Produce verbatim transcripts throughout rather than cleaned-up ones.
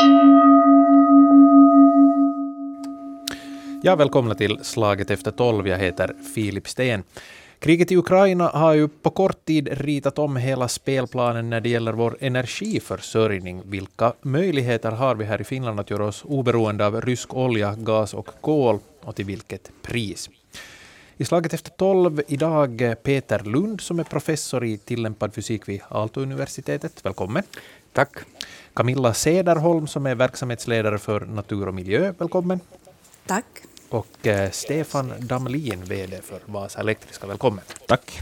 Ja, välkomna till Slaget efter tolv. Jag heter Filip Sten. Kriget i Ukraina har ju på kort tid ritat om hela spelplanen när det gäller vår energiförsörjning. Vilka möjligheter har vi här i Finland att göra oss oberoende av rysk olja, gas och kol, och till vilket pris? I Slaget efter tolv idag Peter Lund som är professor i tillämpad fysik vid Aalto-universitetet. Välkommen. Tack. Camilla Cederholm som är verksamhetsledare för natur och miljö. Välkommen. Tack. Och eh, Stefan Damlin, vd för Vasa Elektriska. Välkommen. Tack.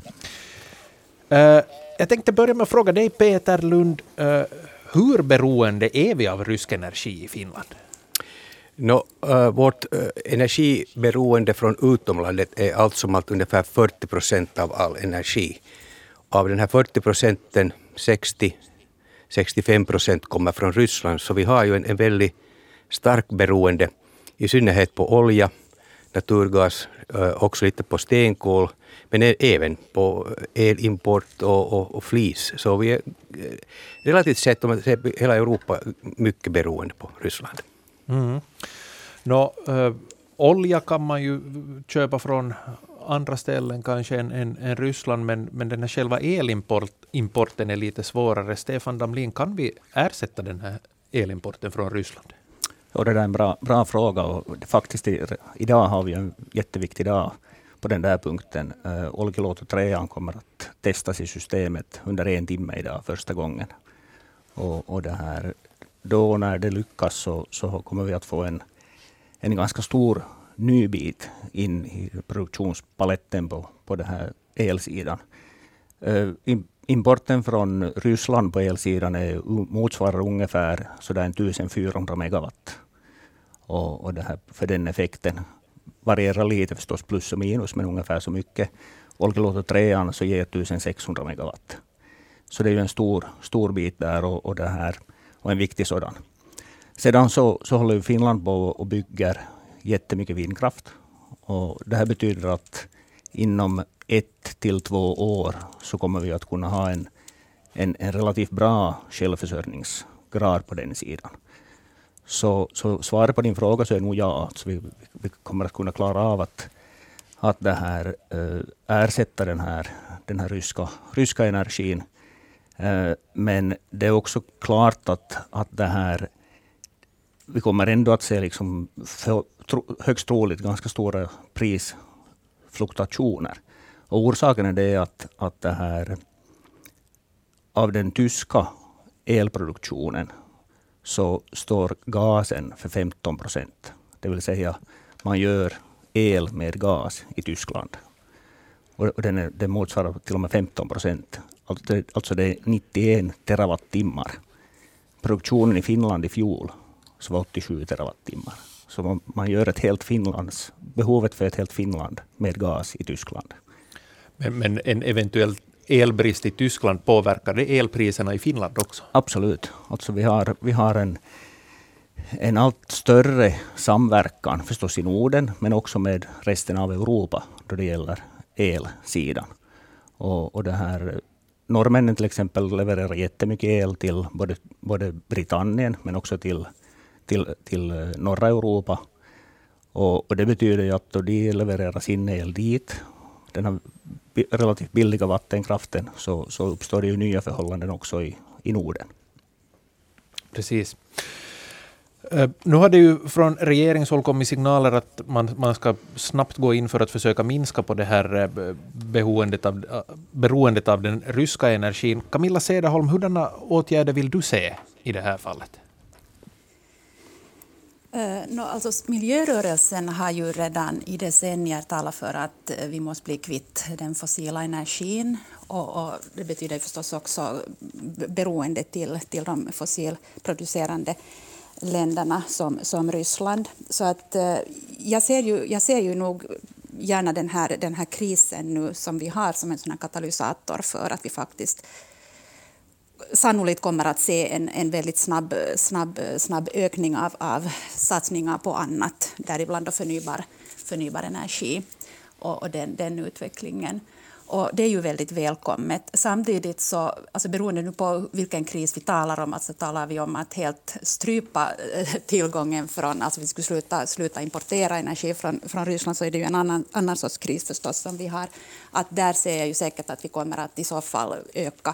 Uh, jag tänkte börja med att fråga dig, Peter Lund. Uh, hur beroende är vi av rysk energi i Finland? No, uh, vårt uh, energiberoende från utomlandet är allt som allt ungefär fyrtio procent av all energi. Av den här fyrtio procenten, sextio till sextiofem procent kommer från Ryssland. Så vi har ju en, en väldigt stark beroende, i synnerhet på olja, naturgas, uh, också lite på stenkol, men även på elimport och, och, och flis. Så vi är relativt sett, om man ser hela Europa, mycket beroende på Ryssland. Mm. Nå, äh, olja kan man ju köpa från andra ställen kanske än, än, än Ryssland, men, men den här själva elimporten är lite svårare. Stefan Damlin, kan vi ersätta den här elimporten från Ryssland? Och det är en bra, bra fråga, och faktiskt i, idag har vi en jätteviktig dag på den där punkten. Uh, Olkiluoto tre kommer att testas i systemet under en timme idag första gången. Och, och det här, då när det lyckas så, så kommer vi att få en, en ganska stor ny bit in i produktionspaletten på, på den här elsidan. Uh, in, Importen från Ryssland på elsidan är, motsvarar ungefär sådär fjortonhundra megawatt. Och, och det här, för den effekten varierar lite förstås, plus och minus, men ungefär så mycket. Olkiluoto tre så ger sextonhundra megawatt. Så det är ju en stor, stor bit där, och, och, det här, och en viktig sådan. Sedan så, så håller ju Finland på och bygger jättemycket vindkraft. Och det här betyder att inom ett till två år så kommer vi att kunna ha en, en, en relativt bra självförsörjningsgrad på den sidan. Så, så svaret på din fråga så är nog ja. Så vi, vi kommer att kunna klara av att, att det här, äh, ersätta den här, den här ryska, ryska energin. Äh, men det är också klart att, att det här, vi kommer ändå att se liksom för, tro, högst troligt ganska stora prisfluktuationer. Och orsaken är det att, att det här, av den tyska elproduktionen så står gasen för femton procent. Det vill säga man gör el med gas i Tyskland. Och, och den, är, den motsvarar till och med femton procent. Alltså, alltså det är nittioen terawattimmar. Produktionen i Finland i fjol så var åttiosju terawattimmar. Så man, man gör ett helt Finlands, behovet för ett helt Finland med gas i Tyskland. Men, men en eventuell elbrist i Tyskland, påverkar det elpriserna i Finland också? Absolut. Alltså vi har, vi har en, en allt större samverkan förstås i Norden, men också med resten av Europa då det gäller elsidan. Och, och det här, norrmännen till exempel levererar jättemycket el till både, både Britannien men också till, till, till norra Europa. Och, och det betyder ju att då de levererar sin el dit, den här relativt billiga vattenkraften, så, så uppstår det ju nya förhållanden också i, i Norden. Precis. Uh, nu har det ju från regeringshåll kommit signaler att man, man ska snabbt gå in för att försöka minska på det här uh, beroendet av, uh, beroendet av den ryska energin. Camilla Cederholm, hurdana åtgärder vill du se i det här fallet? Uh, no, alltså, miljörörelsen har ju redan i decennier talat för att uh, vi måste bli kvitt den fossila energin. Och, och det betyder förstås också beroende till, till de fossilproducerande länderna som, som Ryssland. Så att, uh, jag, ser ju, jag ser ju nog gärna den här, den här krisen nu som vi har som en sån här katalysator för att vi faktiskt sannolikt kommer att se en, en väldigt snabb, snabb, snabb ökning av, av satsningar på annat, däribland förnybar, förnybar energi och, och den, den utvecklingen. Och det är ju väldigt välkommet. Samtidigt så, alltså beroende nu på vilken kris vi talar om, alltså talar vi om att helt strypa tillgången från, alltså vi skulle sluta, sluta importera energi från, från Ryssland, så är det ju en annan, annan sorts kris förstås som vi har. Att där ser jag ju säkert att vi kommer att i så fall öka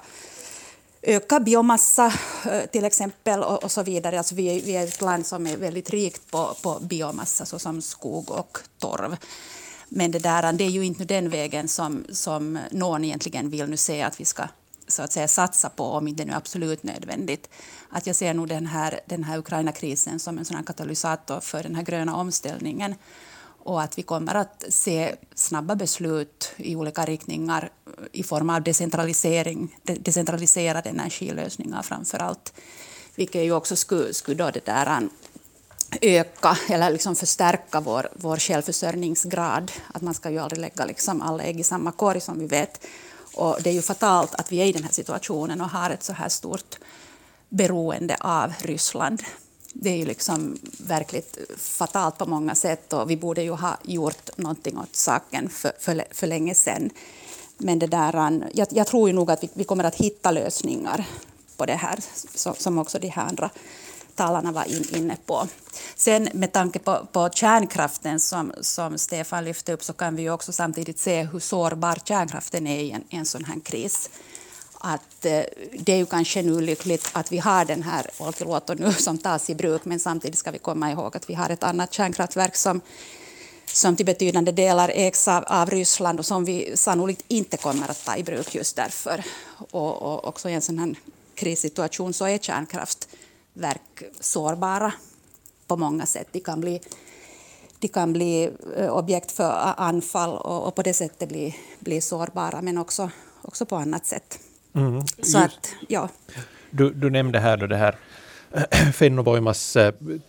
öka biomassa till exempel och, och så vidare. Alltså vi, är, vi är ett land som är väldigt rikt på, på biomassa såsom skog och torv. Men det, där, det är ju inte den vägen som, som någon egentligen vill nu se att vi ska så att säga satsa på, om inte nu är absolut nödvändigt. Att jag ser nog den här, den här Ukraina-krisen som en sån här katalysator för den här gröna omställningen. Och att vi kommer att se snabba beslut i olika riktningar i form av decentralisering, decentraliserade energilösningar framför allt. Vilket ju också skulle, skulle då det där öka eller liksom förstärka vår, vår självförsörjningsgrad. Att man ska ju aldrig lägga liksom alla ägg i samma korg som vi vet. Och det är ju fatalt att vi är i den här situationen och har ett så här stort beroende av Ryssland. Det är ju liksom verkligt fatalt på många sätt och vi borde ju ha gjort någonting åt saken för, för, för länge sedan. Men det där, jag, jag tror ju nog att vi, vi kommer att hitta lösningar på det här, så, som också de här andra talarna var in, inne på. Sen med tanke på, på kärnkraften som, som Stefan lyfte upp, så kan vi ju också samtidigt se hur sårbar kärnkraften är i en, en sån här kris. Att eh, det är ju kanske nu lyckligt att vi har den här Olkiluoto nu som tas i bruk, men samtidigt ska vi komma ihåg att vi har ett annat kärnkraftverk som, som till betydande delar ägs av, av Ryssland och som vi sannolikt inte kommer att ta i bruk just därför. Och, och också i en sån här krissituation så är kärnkraftverk sårbara på många sätt. De kan bli, de kan bli objekt för anfall och, och på det sättet bli, bli sårbara, men också, också på annat sätt. Mm. Så att, ja. du, du nämnde här då det här Fennovoimas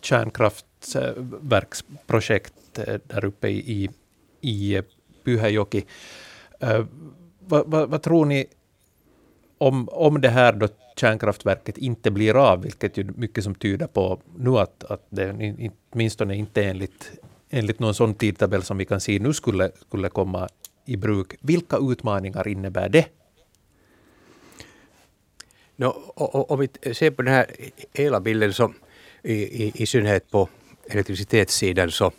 kärnkraftverksprojekt där uppe i, i Pyhäjoki. Uh, vad, vad, vad tror ni om, om det här då kärnkraftverket inte blir av, vilket ju mycket som tyder på nu att, att det åtminstone inte enligt, enligt någon sån tidtabell som vi kan se nu skulle, skulle komma i bruk. Vilka utmaningar innebär det? No, om vi ser på den här hela bilden så i, i, i synnerhet på elektricitetssidan så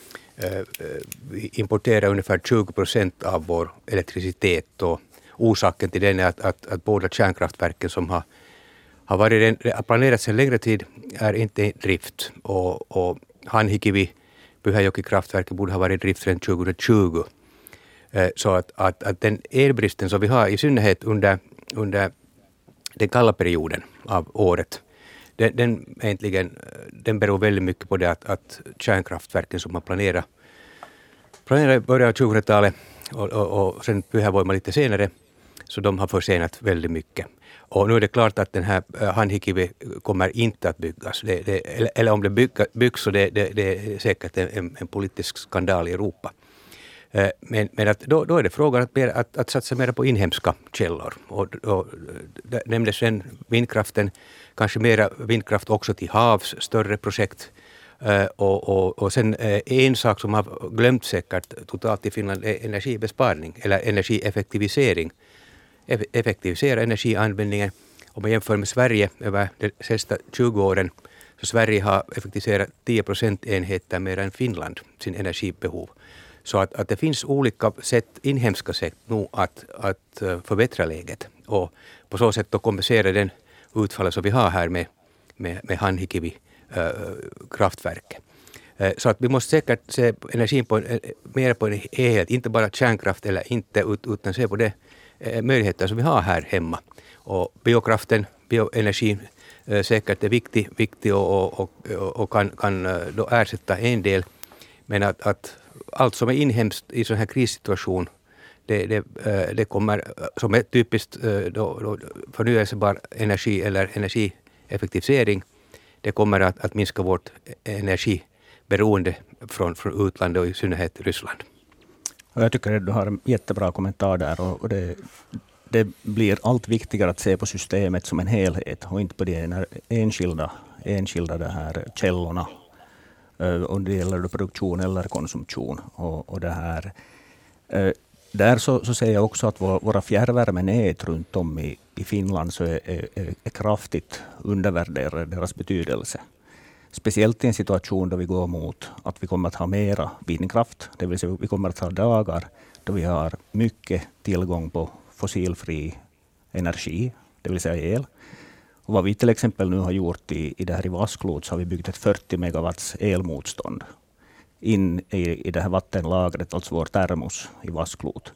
äh, vi importerar ungefär tjugo procent av vår elektricitet och orsaken till den är att, att, att båda kärnkraftverken som har, har varit planerats en längre tid är inte i drift och, och Hanhikivi Pyhäjoki-kraftverket borde ha varit i drift redan tjugohundratjugo. Äh, så att, att, att den elbristen som vi har i synnerhet under, under den kalla perioden av året, den, den, egentligen, den beror väldigt mycket på det att, att kärnkraftverken som har planerat, planerat i början av tjugohundratalet och, och, och sen Pyhävoima lite senare, så de har försenat väldigt mycket. Och nu är det klart att den här Hanhikivi kommer inte att byggas. Det, det, eller, eller om det bygga, byggs så det, det, det är säkert en, en politisk skandal i Europa. Men, men att då, då är det frågan att, att, att satsa mer på inhemska källor. Och, och det nämndes sen vindkraften, kanske mera vindkraft också till havs, större projekt. Uh, och, och, och sen uh, en sak som har glömt säkert totalt i Finland är energibesparing eller energieffektivisering. Eff- effektivisera energianvändningen. Om man jämför med Sverige över de senaste tjugo åren, så Sverige har effektiviserat tio procentenheter mer än Finland sin energibehov. Så att, att det finns olika sätt, inhemska sätt nu att, att förbättra läget och på så sätt då kompensera den utfallet som vi har här med, med, med Hanhikivi äh, kraftverk. Äh, så att vi måste säkert se energin på en, mer på en helhet, inte bara kärnkraft eller inte, utan se på det äh, möjligheter som vi har här hemma. Och biokraften, bioenergin äh, säkert är viktig, viktig och, och, och, och kan, kan då ersätta en del, men att, att allt som är inhemskt i sån här krissituation, det, det, det kommer som är typiskt då, då förnyelsebar energi eller energieffektivisering, det kommer att, att minska vårt energiberoende från, från utlandet och i synnerhet Ryssland. Och jag tycker att du har en jättebra kommentar där och det, det blir allt viktigare att se på systemet som en helhet och inte på de enskilda, enskilda det här källorna. Och det gäller produktion eller konsumtion. Och, och det här. där så, så säger jag också att vår, våra fjärrvärmenät runt om i, i Finland så är, är, är kraftigt undervärderade deras betydelse. Speciellt i en situation då vi går mot att vi kommer att ha mera vindkraft. Det vill säga vi kommer att ha dagar då vi har mycket tillgång på fossilfri energi, det vill säga el. Och vad vi till exempel nu har gjort i, i det här i Vasklot, så har vi byggt ett fyrtio megawatts elmotstånd in i, i det här vattenlagret, alltså vår termos i Vasklot.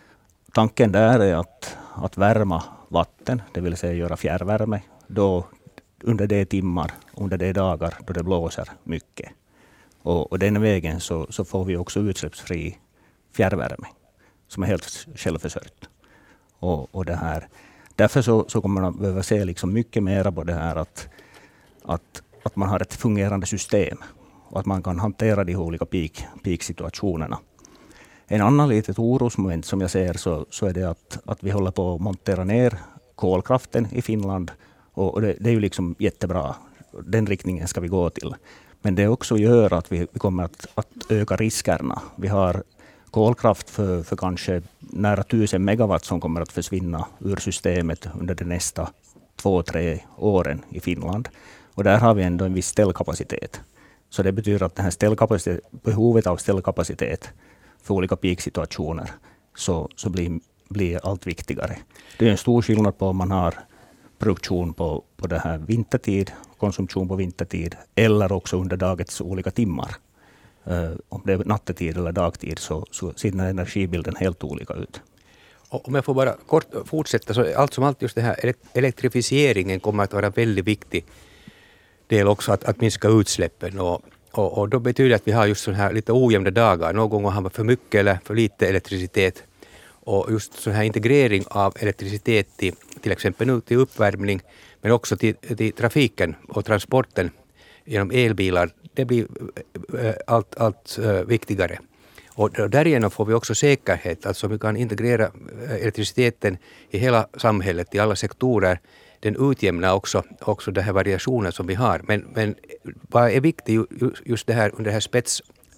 Tanken där är att, att värma vatten, det vill säga göra fjärrvärme, då under de timmar, under de dagar då det blåser mycket. Och, och den vägen så, så får vi också utsläppsfri fjärrvärme som är helt självförsörjt. Och, och det här, därför så, så kommer man behöva se liksom mycket mer på det här att, att, att man har ett fungerande system och att man kan hantera de olika peak, peak-situationerna. En annan litet orosmoment som jag ser så, så är det att, att vi håller på att montera ner kolkraften i Finland. Och det, det är ju liksom jättebra. Den riktningen ska vi gå till. Men det också gör att vi, vi kommer att, att öka riskerna. Vi har kolkraft för, för kanske nära tusen megawatt som kommer att försvinna ur systemet under de nästa två, tre åren i Finland. Och där har vi ändå en viss ställkapacitet. Så det betyder att den här ställkapacitet, behovet av ställkapacitet för olika peak-situationer så, så blir, blir allt viktigare. Det är en stor skillnad på om man har produktion på, på det här vintertid, konsumtion på vintertid eller också under dagets olika timmar. Uh, om det är nattetid eller dagtid så, så ser den här energibilden helt olika ut. Och om jag får bara kort fortsätta, så allt som allt just det här elektrifieringen kommer att vara väldigt viktig del också att, att minska utsläppen. Och, och, och då betyder det att vi har just sådana här lite ojämna dagar. Någon gång har man för mycket eller för lite elektricitet. Och just sån här integrering av elektricitet till, till exempel nu till uppvärmning men också till, till trafiken och transporten genom elbilar, det blir allt, allt viktigare. Och därigenom får vi också säkerhet, alltså vi kan integrera elektriciteten i hela samhället, i alla sektorer. Den utjämnar också, också den här variationen som vi har. Men, men vad är viktigt just det här under det här spets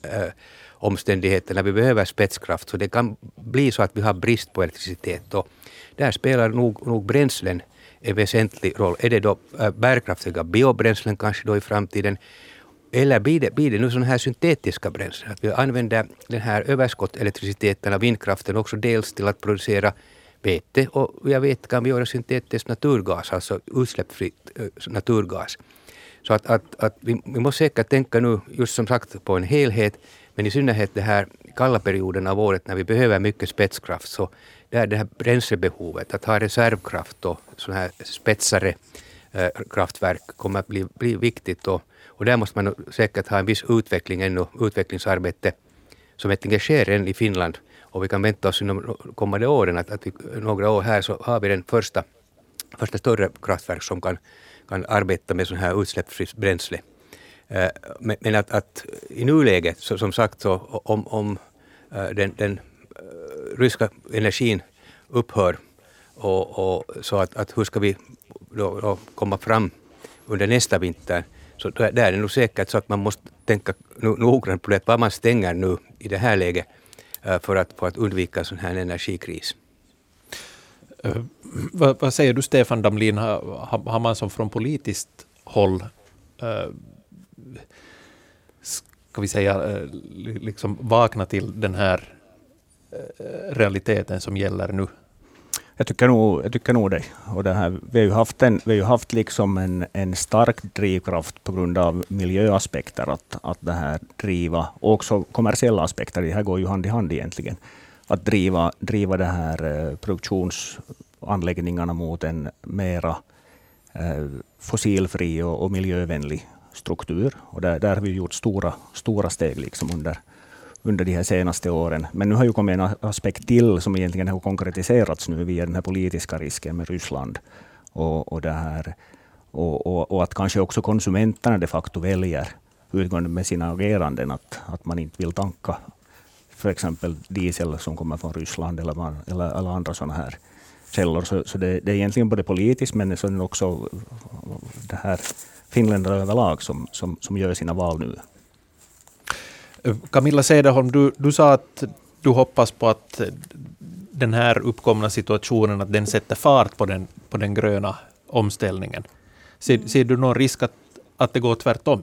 omständigheterna, vi behöver spetskraft, så det kan bli så att vi har brist på elektricitet. Och där spelar nog, nog bränslen en väsentlig roll. Är det då bärkraftiga biobränslen kanske då i framtiden, eller blir det, blir det nu sådana här syntetiska bränslen? Att vi använder den här överskottelektriciteten av vindkraften också dels till att producera vete, och jag vet kan vi göra syntetisk naturgas, alltså utsläppsfritt naturgas. Så att, att, att vi, vi måste säkert tänka nu just som sagt på en helhet, men i synnerhet det här kalla perioden av året när vi behöver mycket spetskraft, så det är det här bränslebehovet, att ha reservkraft och sådana här spetsare eh, kraftverk kommer att bli, bli viktigt. Och, och där måste man säkert ha en viss utveckling ännu, utvecklingsarbete som egentligen sker än i Finland. Och vi kan vänta oss inom kommande åren att, att vi, några år här så har vi den första, första större kraftverk som kan, kan arbeta med sån här utsläppsfritt bränsle. Uh, men, men att, att i nuläget, så, som sagt, så, om, om uh, den, den uh, ryska energin upphör och, och så att, att hur ska vi då, då komma fram under nästa vinter, så där är det nog säkert så att man måste tänka noggrant på det, vad man stänger nu i det här läget för att, för att undvika sån här energikris. Uh, vad, vad säger du, Stefan Damlin? Har, har man som från politiskt håll uh, ska vi säga uh, liksom vakna till den här uh, realiteten som gäller nu? Jag tycker nog, jag tycker nog det. Och det här, vi har ju haft, en, vi har ju haft liksom en, en stark drivkraft på grund av miljöaspekter att, att det här driva, och också kommersiella aspekter, det här går ju hand i hand egentligen, att driva, driva det här eh, produktionsanläggningarna mot en mera eh, fossilfri och, och miljövänlig struktur. Och där, där har vi gjort stora, stora steg liksom under under de här senaste åren. Men nu har ju kommit en aspekt till som egentligen har konkretiserats nu via den här politiska risken med Ryssland. Och, och, det här, och, och, och att kanske också konsumenterna de facto väljer utgående med sina ageranden att, att man inte vill tanka för exempel diesel som kommer från Ryssland eller, man, eller, eller andra sådana här källor. Så, så det, det är egentligen både politiskt men så är det också det här finländare överlag som, som, som gör sina val nu. Camilla Cederholm, du, du sa att du hoppas på att den här uppkomna situationen, att den sätter fart på den, på den gröna omställningen. Ser, mm. ser du någon risk att, att det går tvärtom?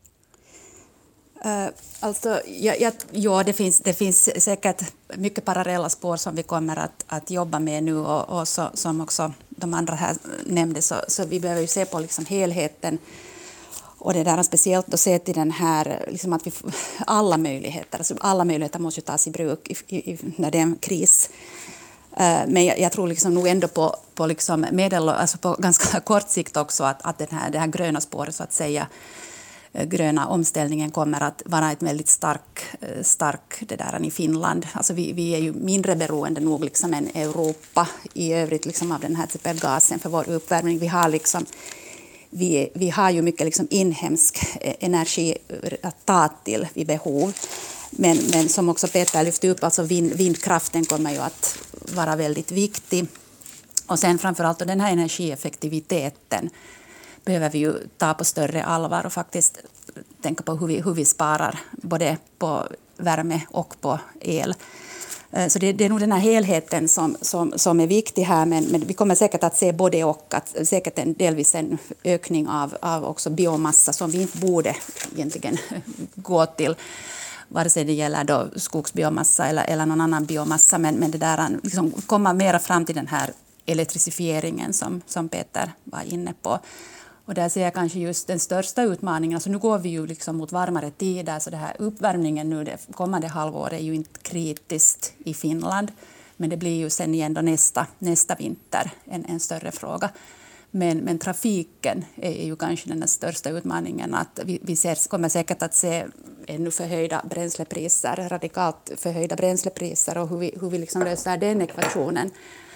Uh, alltså, ja, ja, ja det, finns, det finns säkert mycket parallella spår som vi kommer att, att jobba med nu, och, och så, som också de andra här nämnde, så, så vi behöver ju se på liksom helheten, och det där speciellt att se till den här, liksom att vi alla möjligheter, alltså alla möjligheter måste ju tas i bruk i, i, när det är en kris. Uh, men jag, jag tror liksom nog ändå på, på, liksom medel, alltså på ganska kort sikt också att, att den här, det här gröna spåret, så att säga, gröna omställningen kommer att vara ett väldigt stark, stark det där i Finland. Alltså vi, vi är ju mindre beroende nog liksom än Europa i övrigt liksom av den här typen gasen för vår uppvärmning. Vi har, liksom, vi, vi har ju mycket liksom inhemsk energi att ta till vid behov. Men, men som också Peter lyfte upp, alltså vind, vindkraften kommer ju att vara väldigt viktig. Och sen framförallt den här energieffektiviteten behöver vi ju ta på större allvar och faktiskt tänka på hur vi, hur vi sparar både på värme och på el. Så det, det är nog den här helheten som, som, som är viktig här, men, men vi kommer säkert att se både och, att säkert en, delvis en ökning av, av också biomassa som vi inte borde egentligen gå till, vare sig det gäller då skogsbiomassa eller, eller någon annan biomassa, men, men det där liksom komma mera fram till den här elektrifieringen som, som Peter var inne på. Och där ser jag kanske just den största utmaningen. Alltså nu går vi ju liksom mot varmare tider, så det här uppvärmningen nu det kommande halvåret är ju inte kritiskt i Finland. Men det blir ju sen igen då nästa, nästa vinter en, en större fråga. Men, men trafiken är ju kanske den största utmaningen. Att vi vi ser, kommer säkert att se ännu förhöjda bränslepriser, radikalt förhöjda bränslepriser, och hur vi, hur vi liksom löser den ekvationen.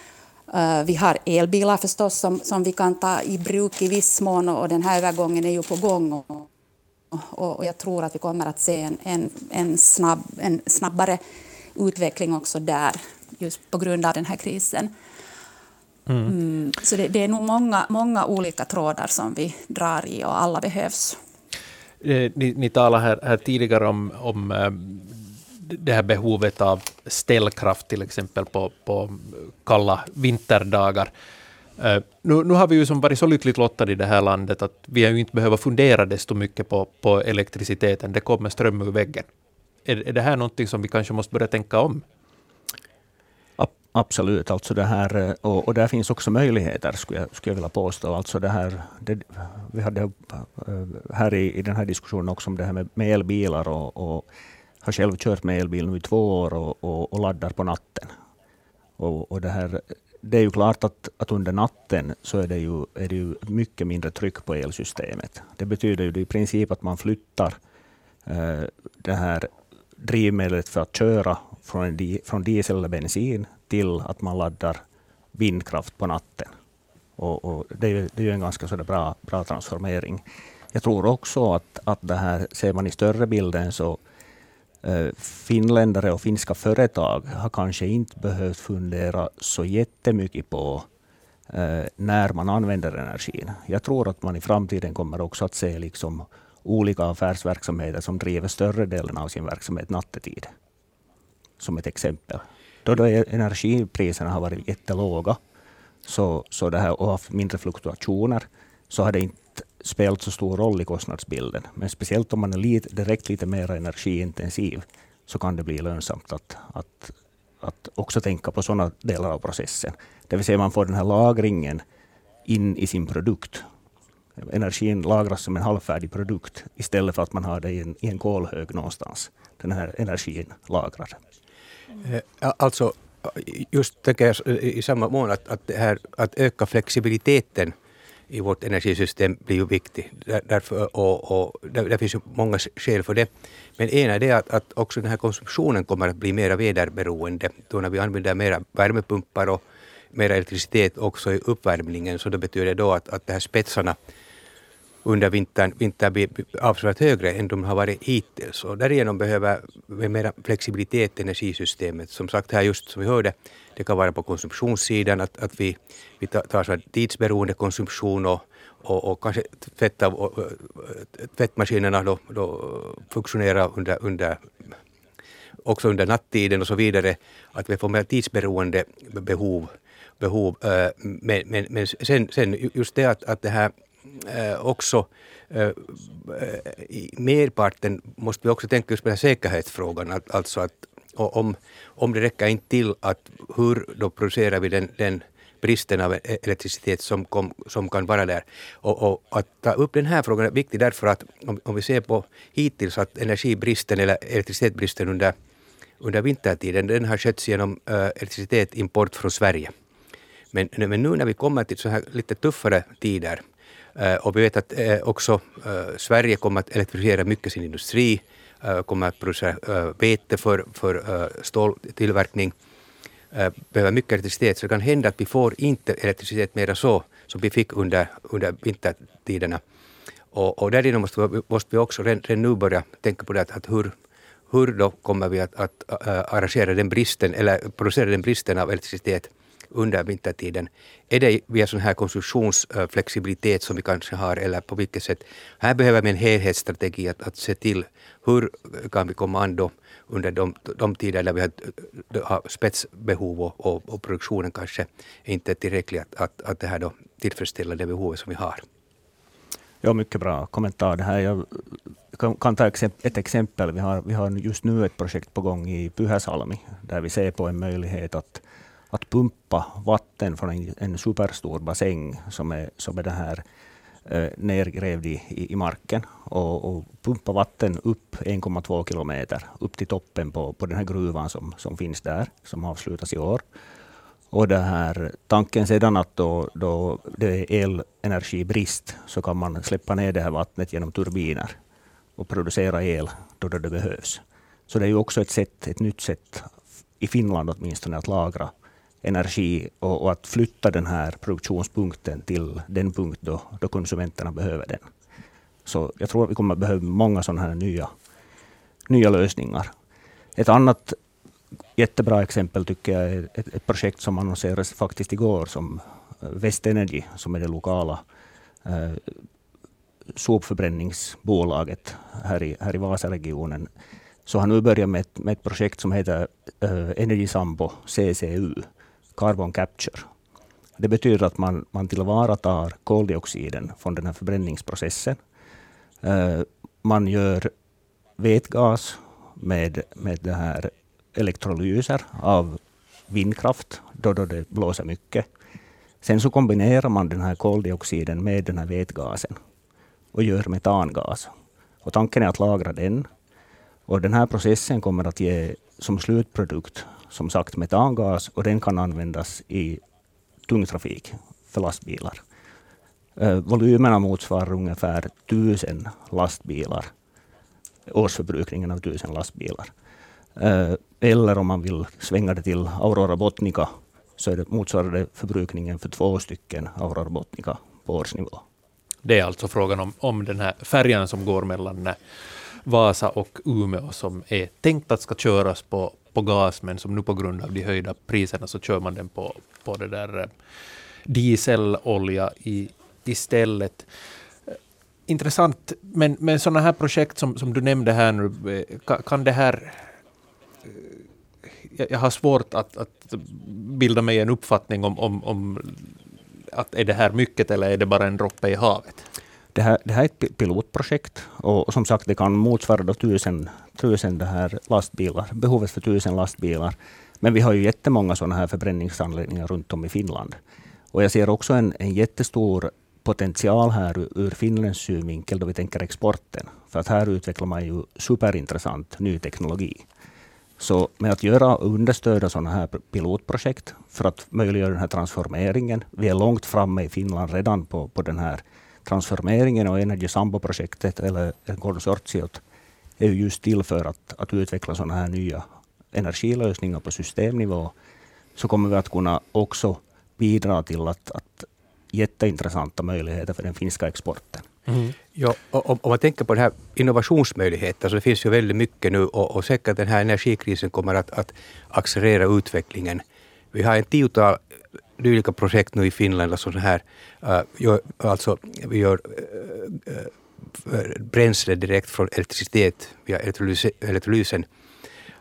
Uh, vi har elbilar förstås som, som vi kan ta i bruk i viss mån, och den här övergången är ju på gång. Och, och, och jag tror att vi kommer att se en, en, en, snabb, en snabbare utveckling också där, just på grund av den här krisen. Mm. Mm, så det, det är nog många, många olika trådar som vi drar i, och alla behövs. Eh, ni, ni talade här, här tidigare om, om eh, det här behovet av ställkraft till exempel på, på kalla vinterdagar. Uh, nu, nu har vi ju som varit så lyckligt lottade i det här landet att vi har ju inte behöver fundera desto mycket på, på elektriciteten. Det kommer ström ur väggen. Är, är det här någonting som vi kanske måste börja tänka om? Absolut, alltså det här, och, och där finns också möjligheter skulle jag, skulle jag vilja påstå. Alltså det här, det, vi hade här i, i den här diskussionen också om det här med, med elbilar, och, och har själv kört med elbil nu i två år och, och, och laddar på natten. Och, och det, här, det är ju klart att, att under natten så är det, ju, är det ju mycket mindre tryck på elsystemet. Det betyder ju i princip att man flyttar eh, det här drivmedlet för att köra från, en di, från diesel eller bensin till att man laddar vindkraft på natten. Och, och det, är, det är ju en ganska så bra, bra transformering. Jag tror också att, att det här, ser man i större bilden, så Uh, finländare och finska företag har kanske inte behövt fundera så jättemycket på uh, när man använder energin. Jag tror att man i framtiden kommer också att se liksom olika affärsverksamheter som driver större delen av sin verksamhet nattetid. Som ett exempel. Då, då energipriserna har varit jättelåga, så, så det här, och haft mindre fluktuationer, så har det inte spelat så stor roll i kostnadsbilden. Men speciellt om man är lite, direkt lite mer energiintensiv, så kan det bli lönsamt att, att, att också tänka på sådana delar av processen. Det vill säga man får den här lagringen in i sin produkt. Energin lagras som en halvfärdig produkt istället för att man har det i en, i en kolhög någonstans. Den här energin lagrad. Alltså, just tänker jag i samma mån att, att, det här, att öka flexibiliteten i vårt energisystem blir ju viktigt. Där, därför, och, och, där, där finns ju många skäl för det. Men en är det att, att också den här konsumtionen kommer att bli mer väderberoende. Då när vi använder mer värmepumpar och mer elektricitet också i uppvärmningen, så det betyder då att, att de här spetsarna under vintern, vintern blir avsevärt högre än de har varit hittills. Och därigenom behöver vi mer flexibilitet i energisystemet. Som sagt här just som vi hörde, det kan vara på konsumtionssidan att, att vi, vi tar så tidsberoende konsumtion och, och, och kanske tvätta, och, tvättmaskinerna då, då funktionerar under, under också under nattiden och så vidare, att vi får mer tidsberoende behov. behov. Men, men, men sen, sen just det att, att det här också i merparten måste vi också tänka just på den här säkerhetsfrågan, att, alltså att om, om det räcker inte till att hur då producerar vi den, den bristen av elektricitet som, kom, som kan vara där. Och, och att ta upp den här frågan är viktig därför att om, om vi ser på hittills att energibristen eller elektricitetsbristen under, under vintertiden, den har skett genom äh, elektricitetsimport från Sverige. Men, men nu när vi kommer till så här lite tuffare tider äh, och vi vet att äh, också äh, Sverige kommer att elektrifiera mycket sin industri, äh, kommer att producera äh, vete för, för äh, ståltillverkning, äh, behöver mycket elektricitet, så det kan hända att vi får inte elektricitet mera så som vi fick under, under vintertiderna. Och, och därigenom måste vi, måste vi också redan, redan nu börja tänka på det att, att hur, hur då kommer vi att, att äh, arrangera den bristen eller producera den bristen av elektricitet under vintertiden. Är det via sån här konsumtionsflexibilitet som vi kanske har eller på vilket sätt? Här behöver vi en helhetsstrategi att, att se till hur kan vi komma an då under de, de tider där vi har, har spetsbehov och, och, och produktionen kanske inte är tillräcklig att, att, att det här då tillfredsställer det behovet som vi har. Ja, mycket bra kommentar. Det här jag kan, kan ta ett exempel. Vi har, vi har just nu ett projekt på gång i Pyhäsalmi där vi ser på en möjlighet att att pumpa vatten från en, en superstor bassäng som är, som är det här eh, nergrävd i, i marken och, och pumpa vatten upp en komma två kilometer upp till toppen på, på den här gruvan som, som finns där, som avslutas i år. Och det här tanken sedan att då, då det är elenergibrist så kan man släppa ner det här vattnet genom turbiner och producera el då det behövs. Så det är ju också ett sätt, ett nytt sätt i Finland åtminstone att lagra energi och, och att flytta den här produktionspunkten till den punkt då, då konsumenterna behöver den. Så jag tror att vi kommer att behöva många sådana här nya, nya lösningar. Ett annat jättebra exempel tycker jag är ett, ett projekt som annonserades faktiskt igår som Västenergy, som är det lokala eh, sopförbränningsbolaget här i, här i Vasaregionen. Så har nu börjat med ett, med ett projekt som heter eh, Energy Sampo C C U, Carbon Capture. Det betyder att man, man tillvaratar koldioxiden från den här förbränningsprocessen. Uh, man gör vätgas med, med det här elektrolyser av vindkraft då, då det blåser mycket. Sen så kombinerar man den här koldioxiden med den här vätgasen och gör metangas. Och tanken är att lagra den. Och den här processen kommer att ge som slutprodukt som sagt metangas och den kan användas i tungtrafik för lastbilar. Eh, volymerna motsvarar ungefär tusen lastbilar, årsförbrukningen av tusen lastbilar. Eh, eller om man vill svänga det till Aurora Botnica så är det, motsvarar det förbrukningen för två stycken Aurora Botnica på årsnivå. Det är alltså frågan om, om den här färjan som går mellan Vasa och Umeå som är tänkt att ska köras på, på gas, men som nu på grund av de höjda priserna så kör man den på, på det där dieselolja i, istället. Intressant, men, men sådana här projekt som, som du nämnde här nu, kan, kan det här... Jag, jag har svårt att, att bilda mig en uppfattning om, om, om att är det här mycket eller är det bara en droppe i havet? Det här, det här är ett pilotprojekt och, och som sagt det kan motsvara då tusen, tusen det här lastbilar, behovet för tusen lastbilar. Men vi har ju jättemånga sådana här förbränningsanläggningar runt om i Finland. Och jag ser också en, en jättestor potential här ur, ur Finlands synvinkel då vi tänker exporten. För att här utvecklar man ju superintressant ny teknologi. Så med att göra och understöda sådana här pilotprojekt för att möjliggöra den här transformeringen. Vi är långt framme i Finland redan på, på den här transformeringen och Energy Sampo-projektet eller konsortiet är ju just till för att, att utveckla sådana här nya energilösningar på systemnivå. Så kommer vi att kunna också bidra till att, att jätteintressanta möjligheter för den finska exporten. Mm. Ja, och, och, om man tänker på det här innovationsmöjligheter så det finns ju väldigt mycket nu och, och säkert att den här energikrisen kommer att, att accelerera utvecklingen. Vi har en tiotal dylika projekt nu i Finland och sådana här, uh, gör, alltså vi gör uh, uh, bränsle direkt från elektricitet via elektrolysen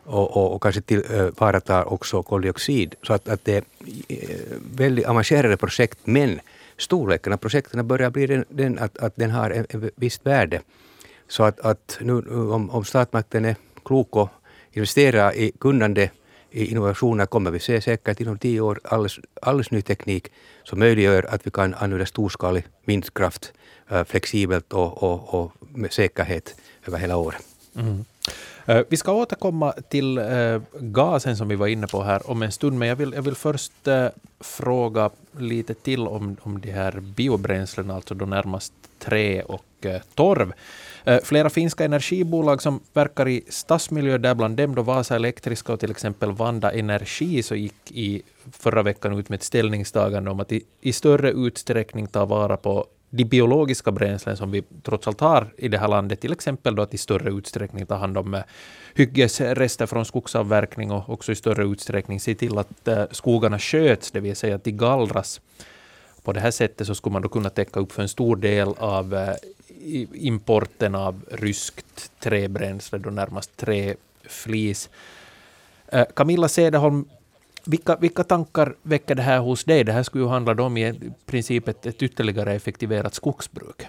och, och, och kanske tillvaratar också koldioxid. Så att, att det är väldigt avancerade projekt, men storleken av projekten börjar bli den, den att, att den har ett visst värde. Så att, att nu om, om statsmakten är klok och investerar i kunnande i innovationer kommer vi se säkert inom tio år alldeles, alldeles ny teknik som möjliggör att vi kan använda storskalig vindkraft äh, flexibelt och, och, och med säkerhet över hela året. Mm. Uh, vi ska återkomma till uh, gasen som vi var inne på här om en stund, men jag vill, jag vill först uh, fråga lite till om, om de här biobränslena, alltså då närmast trä och uh, torv. Uh, flera finska energibolag som verkar i stadsmiljö, där bland dem då Vasa Elektriska och till exempel Vanda Energi, så gick i förra veckan ut med ett ställningstagande om att i, i större utsträckning ta vara på de biologiska bränslen som vi trots allt har i det här landet, till exempel då att i större utsträckning ta hand om hyggesrester från skogsavverkning och också i större utsträckning se till att skogarna sköts, det vill säga att de gallras. På det här sättet så skulle man då kunna täcka upp för en stor del av importen av ryskt träbränsle, då närmast träflis. Camilla Cederholm, Vilka, vilka tankar väcker det här hos dig? Det här skulle ju handla om i princip ett, ett ytterligare effektiverat skogsbruk.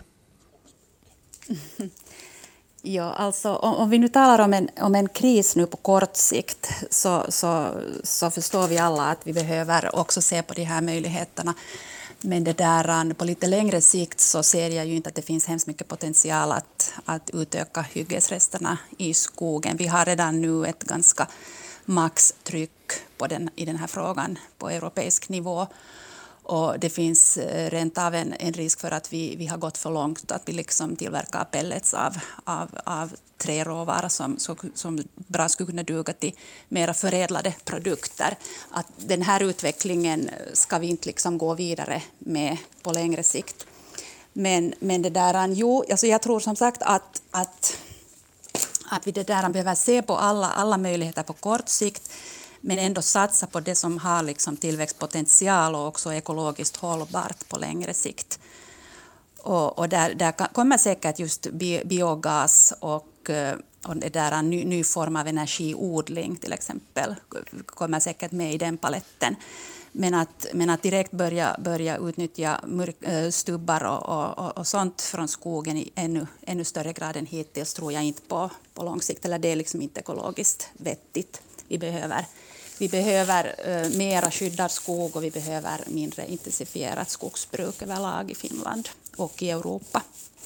Ja, alltså om, om vi nu talar om en, om en kris nu på kort sikt så, så, så förstår vi alla att vi behöver också se på de här möjligheterna. Men det där, på lite längre sikt så ser jag ju inte att det finns hemskt mycket potential att, att utöka hyggesresterna i skogen. Vi har redan nu ett ganska maxtryck på den, i den här frågan på europeisk nivå. Och det finns rent av en, en risk för att vi, vi har gått för långt, att vi liksom tillverkar pellets av, av, av träråvara som, som bra skulle kunna duga till mera förädlade produkter. Att den här utvecklingen ska vi inte liksom gå vidare med på längre sikt. Men, men det där, jo, alltså jag tror som sagt att, att Att vi det där behöver se på alla, alla möjligheter på kort sikt, men ändå satsa på det som har liksom tillväxtpotential och också ekologiskt hållbart på längre sikt. Och, och där, där kommer säkert just bi, biogas och, och det där ny, ny form av energiodling till exempel kommer säkert med i den paletten. Men att, men att direkt börja, börja utnyttja mörk, stubbar och, och, och sånt från skogen i ännu, ännu större grad än hittills tror jag inte på, på lång sikt. Eller det är liksom inte ekologiskt vettigt. Vi behöver, vi behöver uh, mera skyddad skog och vi behöver mindre intensifierat skogsbruk överlag i Finland och i Europa.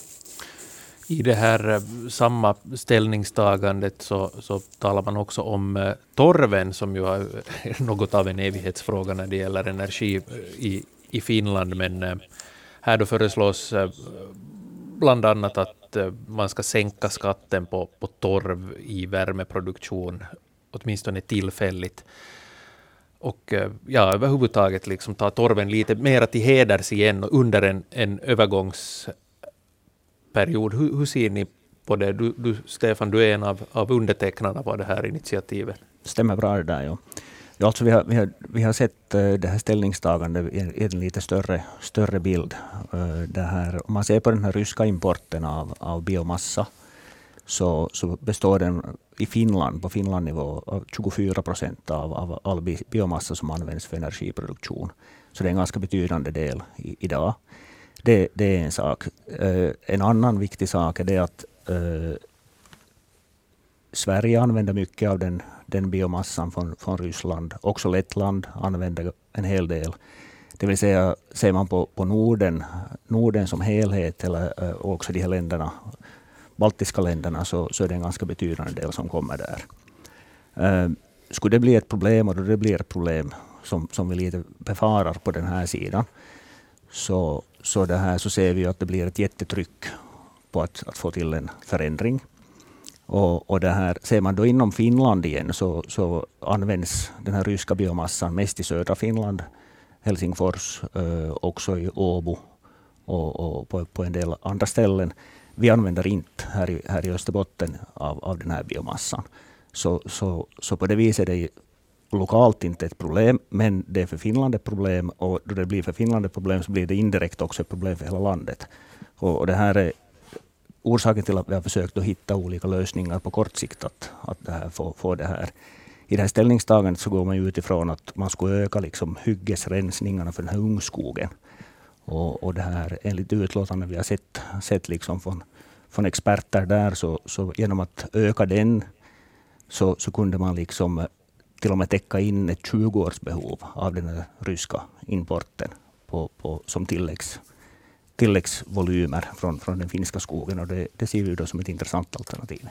I det här samma ställningstagandet så, så talar man också om eh, torven som ju är något av en evighetsfråga när det gäller energi i, i Finland. Men eh, här då föreslås eh, bland annat att eh, man ska sänka skatten på, på torv i värmeproduktion, åtminstone tillfälligt. Och eh, ja, överhuvudtaget liksom ta torven lite mer till heders igen under en, en övergångs period. Hur, hur ser ni på det? Du, du, Stefan, du är en av, av undertecknarna på det här initiativet. Stämmer bra det där, ja. Ja, alltså vi, har, vi, har, vi har sett uh, det här ställningstagandet i, i en lite större, större bild. Uh, det här, om man ser på den här ryska importen av, av biomassa så, så består den i Finland, på Finlandnivå, av tjugofyra procent av, av all biomassa som används för energiproduktion. Så det är en ganska betydande del i, idag. Det, det är en sak. Uh, en annan viktig sak är det att uh, Sverige använder mycket av den, den biomassan från, från Ryssland. Också Lettland använder en hel del. Det vill säga, ser man på, på Norden, Norden som helhet eller uh, också de här länderna, baltiska länderna, så, så är det en ganska betydande del som kommer där. Uh, skulle det bli ett problem, och då det blir ett problem som, som vi lite befarar på den här sidan, så Så, det här, så ser vi att det blir ett jättetryck på att, att få till en förändring. Och, och det här, ser man då inom Finland igen så, så används den här ryska biomassan mest i södra Finland, Helsingfors, eh, också i Åbo och, och på, på en del andra ställen. Vi använder inte här i, här i Österbotten av, av den här biomassan. Så, så, så på det viset är det lokalt inte ett problem, men det är för Finland ett problem, och då det blir för Finland ett problem så blir det indirekt också ett problem för hela landet. Och, och det här är orsaken till att vi har försökt att hitta olika lösningar på kort sikt att, att det här få, få det här. I det här ställningstagandet så går man ju utifrån att man skulle öka liksom hyggesrensningarna för den här ungskogen. Och, och det här enligt utlåtanden vi har sett, sett liksom från, från experter där så, så genom att öka den så, så kunde man liksom till och med täcka in ett tjugo års behov av den här ryska importen på, på, som tilläggs, tilläggsvolymer från, från den finska skogen. Och det, det ser vi då som ett intressant alternativ.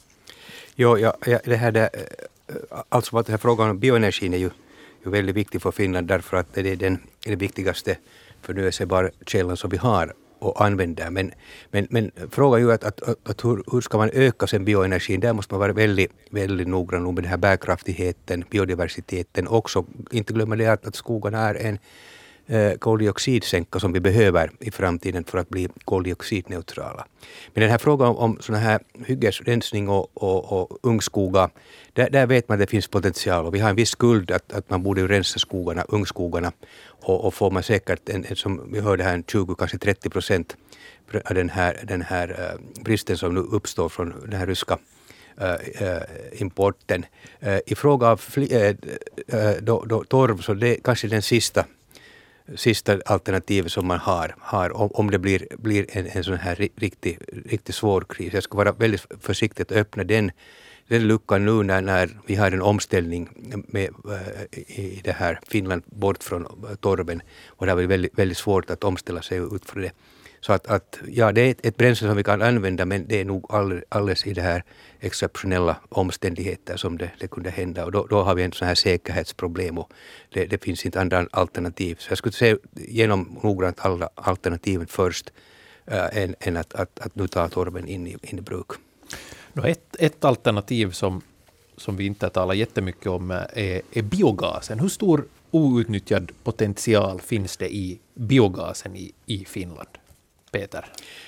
Jo, ja, ja, det här där, alltså att den här frågan om bioenergin är ju, ju väldigt viktig för Finland därför att det är den, är det viktigaste förnyelsebara källan som vi har och använder. Men, men, men frågan är ju att, att, att, att hur, hur ska man öka sen bioenergin? Där måste man vara väldigt, väldigt noggrann med den här bärkraftigheten, biodiversiteten. Också inte glömma det att, att skogarna är en eh, koldioxidsänka som vi behöver i framtiden för att bli koldioxidneutrala. Men den här frågan om, om såna här hyggesrensning och, och, och ungskogar, där, där vet man att det finns potential. Och vi har en viss skuld att, att man borde rensa skogarna, ungskogarna. Och, och får man säkert, en, en, som vi hörde här, en tjugo, kanske trettio procent av den här, den här uh, bristen som nu uppstår från den här ryska uh, uh, importen. Uh, I fråga av fli, uh, uh, då, då, torv så det är kanske den sista, sista alternativet som man har, har om, om det blir, blir en, en sån här riktigt riktig svår kris. Jag ska vara väldigt försiktig att öppna den Den luckan nu när, när vi har en omställning med, äh, i det här Finland bort från torven och det är väldigt, väldigt svårt att omställa sig ut för det. Så att, att ja, det är ett, ett bränsle som vi kan använda men det är nog all, alldeles i det här exceptionella omständigheter som det, det kunde hända och då, då har vi en sån här säkerhetsproblem och det, det finns inte andra alternativ. Så jag skulle säga genom noggrant alla alternativen först äh, än, än att, att, att nu ta torven in i, in i bruk. Ett, ett alternativ som, som vi inte talar jättemycket om är, är biogasen. Hur stor outnyttjad potential finns det i biogasen i, i Finland? Peter?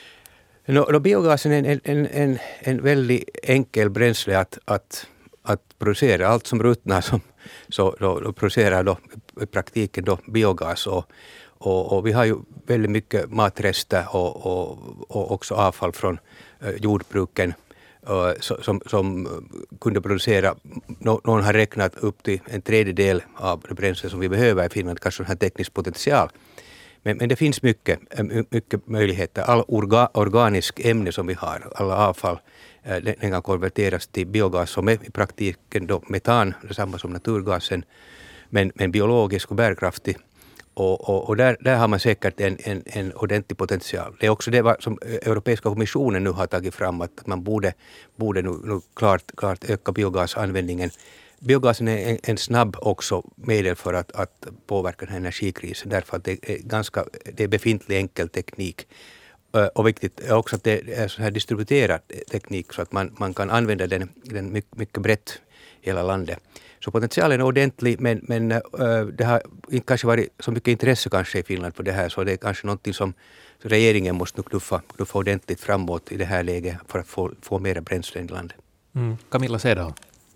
No, no, biogasen är en, en, en, en väldigt enkel bränsle att, att, att producera. Allt som ruttnar som, så då, då producerar då, i praktiken då biogas. Och, och, och vi har ju väldigt mycket matrester och, och, och också avfall från uh, jordbruken. Uh, som, som kunde producera, no, någon har räknat upp till en tredjedel av det bränsle som vi behöver i Finland, kanske har teknisk potential. Men, men det finns mycket, mycket möjligheter. All orga, organisk ämne som vi har, alla avfall, uh, den, den kan konverteras till biogas som är i praktiken då metan, detsamma som naturgasen, men, men biologisk och bärkraftig. Och, och, och där, där har man säkert en, en, en ordentlig potential. Det är också det som Europeiska kommissionen nu har tagit fram att man borde, borde nu, nu klart, klart öka biogasanvändningen. Biogasen är en, en snabb också medel för att, att påverka den här energikrisen därför att det är ganska det är befintlig enkel teknik. Och viktigt är också att det är så här distribuerad teknik så att man, man kan använda den, den mycket, mycket brett i hela landet. Så potentialen är ordentlig, men, men äh, det har inte kanske varit så mycket intresse kanske i Finland för det här, så det är kanske någonting som regeringen måste knuffa, knuffa ordentligt framåt i det här läget för att få, få mer bränsle i landet. Mm. Camilla Cederholm.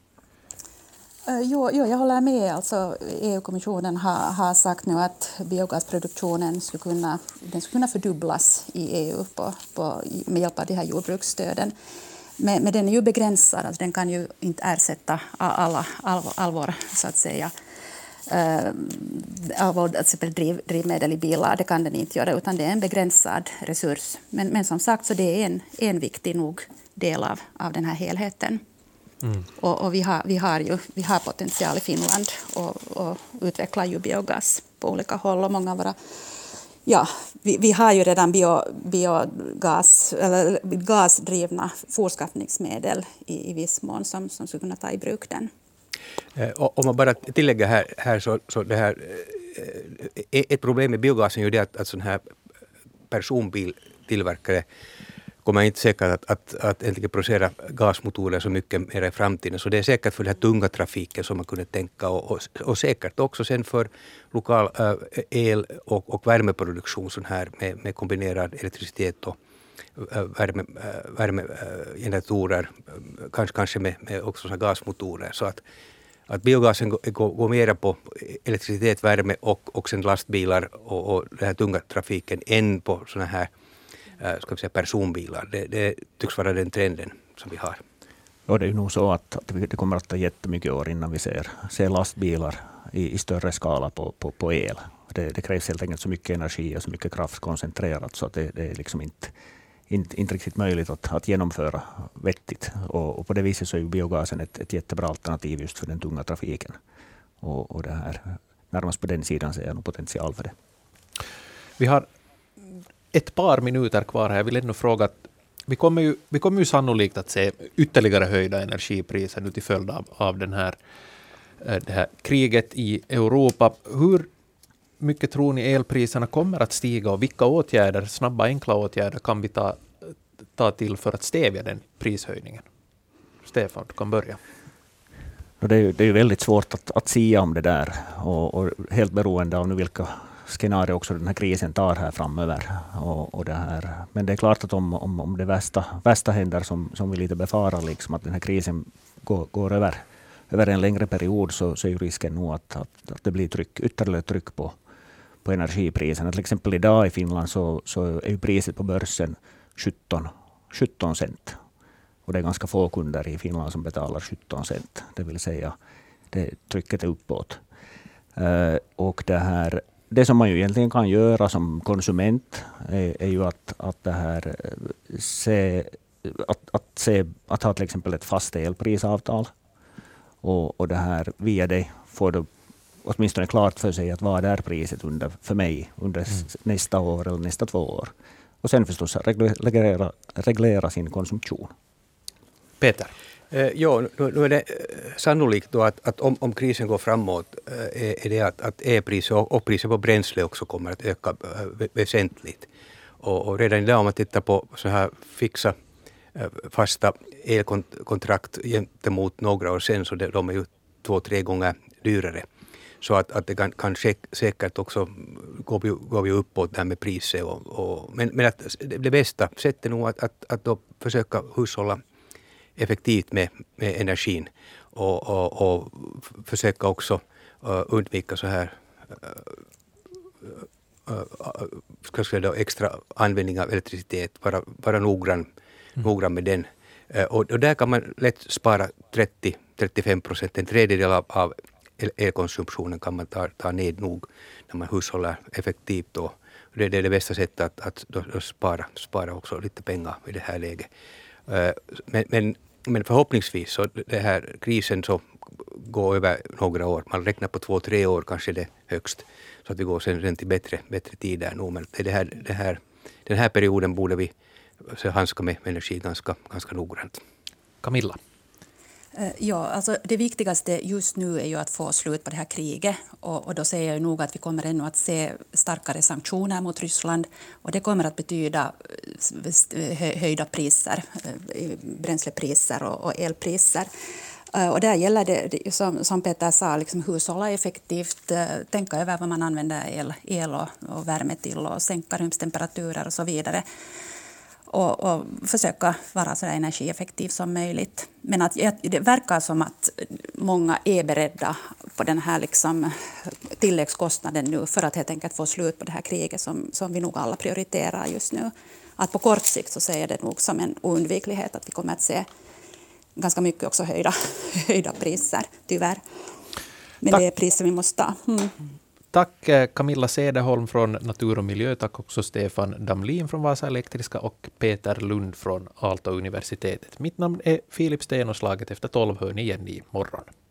Uh, jo, jo, jag håller med. Alltså, E U-kommissionen har, har sagt nu att biogasproduktionen skulle kunna, den skulle kunna fördubblas i E U på, på, med hjälp av de här jordbruksstöden. Men, men den är ju begränsad, alltså den kan ju inte ersätta alla, all, all vår, så att säga, uh, all vår, till exempel driv, drivmedel i bilar, det kan den inte göra, utan det är en begränsad resurs. Men, men som sagt, så det är en, en viktig nog del av, av den här helheten. Mm. Och, och vi, har, vi, har ju, vi har potential i Finland och, och utvecklar ju biogas på olika håll och många av våra Ja, vi, vi har ju redan bio, biogas, eller gasdrivna fortskaffningsmedel i, i viss mån som, som skulle kunna ta i bruk den. Eh, om man bara tillägger här, här så, så det här, eh, ett problem med biogasen är ju det att, att sån här personbiltillverkare kommer inte säkert att, att, att äntligen producera gasmotorer så mycket mer i framtiden. Så det är säkert för den här tunga trafiken som man kunde tänka och, och, och säkert också sen för lokal äh, el- och, och värmeproduktion sån här med, med kombinerad elektricitet och äh, värme, äh, värmegeneratorer, äh, kanske, kanske med, med också så gasmotorer. Så att, att biogasen går, går, går mer på elektricitet, värme och, och sen lastbilar och, och den här tunga trafiken än på såna här ska vi säga, personbilar. Det, det tycks vara den trenden som vi har. Ja, det är ju nog så att, att det kommer att ta jättemycket år innan vi ser, ser lastbilar i, i större skala på, på, på el. Det, det krävs helt enkelt så mycket energi och så mycket kraft koncentrerat så att det, det är liksom inte, inte, inte riktigt möjligt att, att genomföra vettigt. Och, och på det viset så är ju biogasen ett, ett jättebra alternativ just för den tunga trafiken. Och, och det här, närmast på den sidan ser jag nog potential för det. Vi har ett par minuter kvar här. Jag vill ändå fråga att vi kommer ju, vi kommer ju sannolikt att se ytterligare höjda energipriser nu till följd av, av den här, det här kriget i Europa. Hur mycket tror ni elpriserna kommer att stiga och vilka åtgärder, snabba enkla åtgärder kan vi ta, ta till för att stävja den prishöjningen? Stefan, du kan börja. Det är ju, det är ju väldigt svårt att, att sia om det där och, och helt beroende av nu vilka scenarier också den här krisen tar här framöver. Och, och det här. Men det är klart att om, om, om det värsta, värsta händer som, som vi lite befarar, liksom, att den här krisen går, går över, över en längre period så, så är ju risken nog att, att, att det blir tryck, ytterligare tryck på, på energipriserna. Till exempel idag i Finland så, så är ju priset på börsen sjutton cent. Och det är ganska få kunder i Finland som betalar sjutton cent. Det vill säga det trycket är uppåt. Uh, och det här Det som man ju egentligen kan göra som konsument är, är ju att, att, det här, se, att, att, se, att ha till exempel ett fast elprisavtal. Och, och det här, via det får du åtminstone klart för sig att vad är priset under, för mig under mm. nästa år eller nästa två år. Och sen förstås reglera, reglera sin konsumtion. Peter? Eh, ja, nu, nu är det sannolikt då att, att om, om krisen går framåt eh, är det att, att e-priser och, och priser på bränsle också kommer att öka eh, väsentligt. Och, och redan idag om man tittar på så här fixa eh, fasta elkontrakt gentemot några år sedan så det, de är ju två, tre gånger dyrare. Så att, att det kan, kan säkert också gå vi, går vi uppåt där med priset. Och, och, men men att det, det bästa sättet är nog att, att, att då försöka hushålla effektivt med, med energin och, och, och försöka också uh, undvika så här uh, uh, ska jag säga då, extra användning av elektricitet, vara, vara noggrann, mm. noggrann med den. Uh, och, och där kan man lätt spara trettio till trettiofem procent, en tredjedel av, av elkonsumtionen kan man ta, ta ned nog när man hushållar effektivt. Då. Det, det är det bästa sättet att, att då, då spara, spara också lite pengar i det här läget. Uh, men, men, men förhoppningsvis så det här krisen så går över några år. Man räknar på två, tre år kanske det högst. Så att vi går sen till bättre, bättre tider nu. Men det här, det här, den här perioden borde vi så handska med energi ganska, ganska noggrant. Camilla? Ja, alltså det viktigaste just nu är ju att få slut på det här kriget. Och, och då säger jag nog att vi kommer ännu att se starkare sanktioner mot Ryssland. Och det kommer att betyda höjda priser, bränslepriser och, och elpriser. Och där gäller det, som, som Peter sa, liksom hushålla effektivt, tänka över vad man använder el, el och, och värme till och sänka rumstemperaturer och så vidare. Och, och försöka vara så energieffektiv som möjligt. Men att, det verkar som att många är beredda på den här liksom tilläggskostnaden nu för att helt enkelt få slut på det här kriget som, som vi nog alla prioriterar just nu. Att på kort sikt så säger det nog som en oundviklighet att vi kommer att se ganska mycket också höjda, höjda priser, tyvärr. Men Tack. Det är priser vi måste ta. Mm. Tack Camilla Cederholm från Natur och miljö. Tack också Stefan Damlin från Vasa Elektriska och Peter Lund från Aalto-universitetet. Mitt namn är Filip Sten och slaget efter tolv hör ni igen i morgon.